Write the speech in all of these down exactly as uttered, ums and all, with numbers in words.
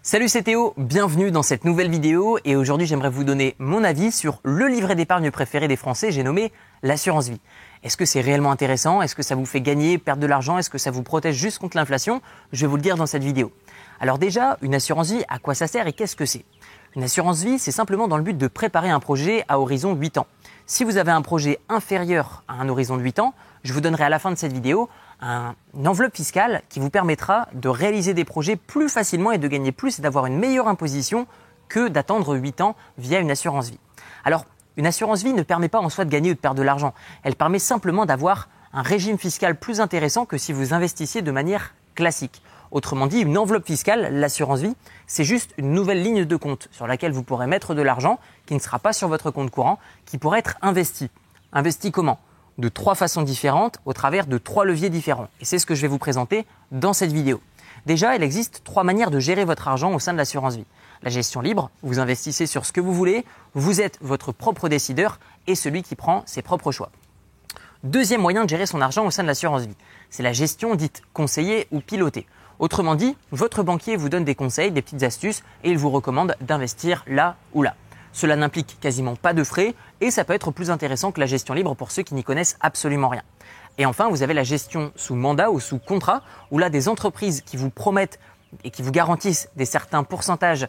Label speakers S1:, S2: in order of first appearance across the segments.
S1: Salut, c'est Théo, bienvenue dans cette nouvelle vidéo et aujourd'hui j'aimerais vous donner mon avis sur le livret d'épargne préféré des Français, j'ai nommé l'assurance vie. Est-ce que c'est réellement intéressant? Est-ce que ça vous fait gagner, perdre de l'argent? Est-ce que ça vous protège juste contre l'inflation? Je vais vous le dire dans cette vidéo. Alors déjà, une assurance vie, à quoi ça sert et qu'est-ce que c'est? Une assurance vie, c'est simplement dans le but de préparer un projet à horizon huit ans. Si vous avez un projet inférieur à un horizon de huit ans, je vous donnerai à la fin de cette vidéo un, une enveloppe fiscale qui vous permettra de réaliser des projets plus facilement et de gagner plus et d'avoir une meilleure imposition que d'attendre huit ans via une assurance vie. Alors, une assurance vie ne permet pas en soi de gagner ou de perdre de l'argent. Elle permet simplement d'avoir un régime fiscal plus intéressant que si vous investissiez de manière classique. Autrement dit, une enveloppe fiscale, l'assurance vie, c'est juste une nouvelle ligne de compte sur laquelle vous pourrez mettre de l'argent qui ne sera pas sur votre compte courant, qui pourrait être investi. Investi comment? De trois façons différentes au travers de trois leviers différents. Et c'est ce que je vais vous présenter dans cette vidéo. Déjà, il existe trois manières de gérer votre argent au sein de l'assurance vie. La gestion libre, vous investissez sur ce que vous voulez, vous êtes votre propre décideur et celui qui prend ses propres choix. Deuxième moyen de gérer son argent au sein de l'assurance vie, c'est la gestion dite conseillée ou pilotée. Autrement dit, votre banquier vous donne des conseils, des petites astuces et il vous recommande d'investir là ou là. Cela n'implique quasiment pas de frais et ça peut être plus intéressant que la gestion libre pour ceux qui n'y connaissent absolument rien. Et enfin, vous avez la gestion sous mandat ou sous contrat où là, des entreprises qui vous promettent et qui vous garantissent des certains pourcentages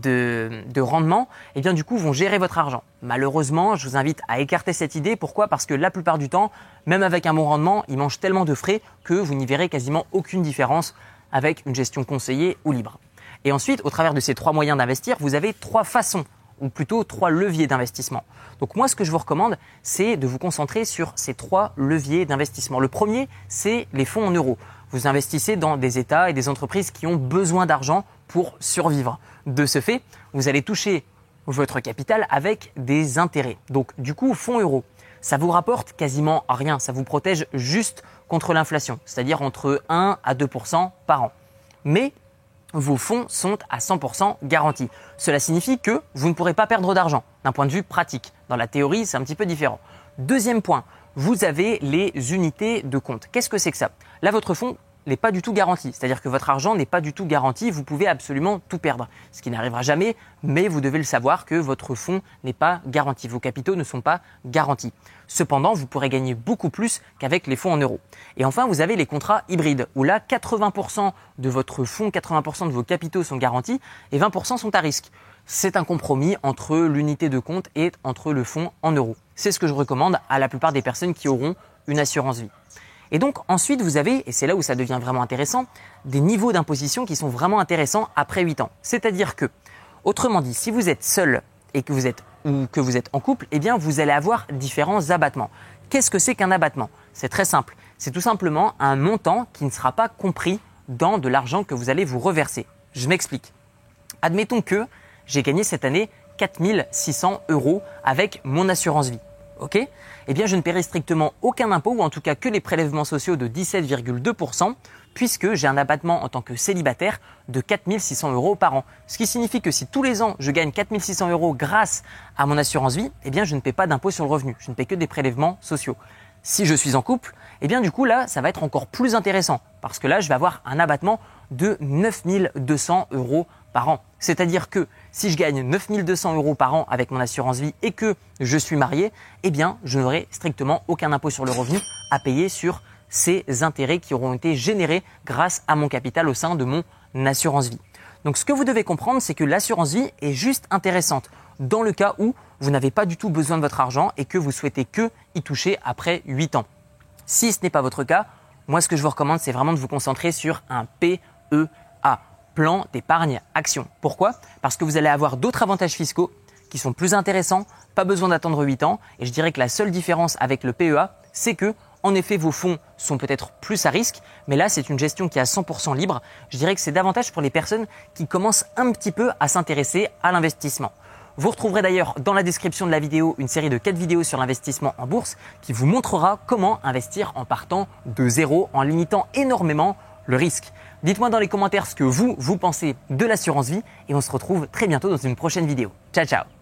S1: de, de rendement, et bien du coup vont gérer votre argent. Malheureusement, je vous invite à écarter cette idée. Pourquoi? Parce que la plupart du temps, même avec un bon rendement, ils mangent tellement de frais que vous n'y verrez quasiment aucune différence avec une gestion conseillée ou libre. Et ensuite, au travers de ces trois moyens d'investir, vous avez trois façons ou plutôt trois leviers d'investissement. Donc moi, ce que je vous recommande, c'est de vous concentrer sur ces trois leviers d'investissement. Le premier, c'est les fonds en euros. Vous investissez dans des États et des entreprises qui ont besoin d'argent pour survivre. De ce fait, vous allez toucher votre capital avec des intérêts. Donc du coup, fonds euros, ça vous rapporte quasiment rien. Ça vous protège juste contre l'inflation, c'est-à-dire entre un à deux pour cent par an. Mais vos fonds sont à cent pour cent garantis. Cela signifie que vous ne pourrez pas perdre d'argent d'un point de vue pratique. Dans la théorie, c'est un petit peu différent. Deuxième point, vous avez les unités de compte. Qu'est-ce que c'est que ça? Là, votre fonds n'est pas du tout garanti. C'est-à-dire que votre argent n'est pas du tout garanti. Vous pouvez absolument tout perdre. Ce qui n'arrivera jamais, mais vous devez le savoir que votre fonds n'est pas garanti. Vos capitaux ne sont pas garantis. Cependant, vous pourrez gagner beaucoup plus qu'avec les fonds en euros. Et enfin, vous avez les contrats hybrides où là, quatre-vingts pour cent de votre fonds, quatre-vingts pour cent de vos capitaux sont garantis et vingt pour cent sont à risque. C'est un compromis entre l'unité de compte et entre le fonds en euros. C'est ce que je recommande à la plupart des personnes qui auront une assurance vie. Et donc ensuite, vous avez, et c'est là où ça devient vraiment intéressant, des niveaux d'imposition qui sont vraiment intéressants après huit ans. C'est-à-dire que, autrement dit, si vous êtes seul et que vous êtes ou que vous êtes en couple, eh bien vous allez avoir différents abattements. Qu'est-ce que c'est qu'un abattement? C'est très simple. C'est tout simplement un montant qui ne sera pas compris dans de l'argent que vous allez vous reverser. Je m'explique. Admettons que j'ai gagné cette année quatre mille six cents euros avec mon assurance vie. Ok? Eh bien, je ne paierai strictement aucun impôt ou en tout cas que les prélèvements sociaux de dix-sept virgule deux pour cent puisque j'ai un abattement en tant que célibataire de quatre mille six cents euros par an. Ce qui signifie que si tous les ans je gagne quatre mille six cents euros grâce à mon assurance vie, eh bien, je ne paie pas d'impôt sur le revenu. Je ne paie que des prélèvements sociaux. Si je suis en couple, eh bien, du coup, là, ça va être encore plus intéressant parce que là, je vais avoir un abattement de neuf mille deux cents euros par an. C'est-à-dire que si je gagne neuf mille deux cents euros par an avec mon assurance vie et que je suis marié, eh bien, je n'aurai strictement aucun impôt sur le revenu à payer sur ces intérêts qui auront été générés grâce à mon capital au sein de mon assurance vie. Donc, ce que vous devez comprendre, c'est que l'assurance vie est juste intéressante dans le cas où vous n'avez pas du tout besoin de votre argent et que vous souhaitez que y toucher après huit ans. Si ce n'est pas votre cas, moi, ce que je vous recommande, c'est vraiment de vous concentrer sur un P E A. Plan d'épargne action. Pourquoi? Parce que vous allez avoir d'autres avantages fiscaux qui sont plus intéressants, pas besoin d'attendre huit ans. Et je dirais que la seule différence avec le P E A, c'est que, en effet, vos fonds sont peut-être plus à risque, mais là, c'est une gestion qui est à cent pour cent libre. Je dirais que c'est davantage pour les personnes qui commencent un petit peu à s'intéresser à l'investissement. Vous retrouverez d'ailleurs dans la description de la vidéo une série de quatre vidéos sur l'investissement en bourse qui vous montrera comment investir en partant de zéro, en limitant énormément le risque. Dites-moi dans les commentaires ce que vous, vous pensez de l'assurance vie et on se retrouve très bientôt dans une prochaine vidéo. Ciao, ciao!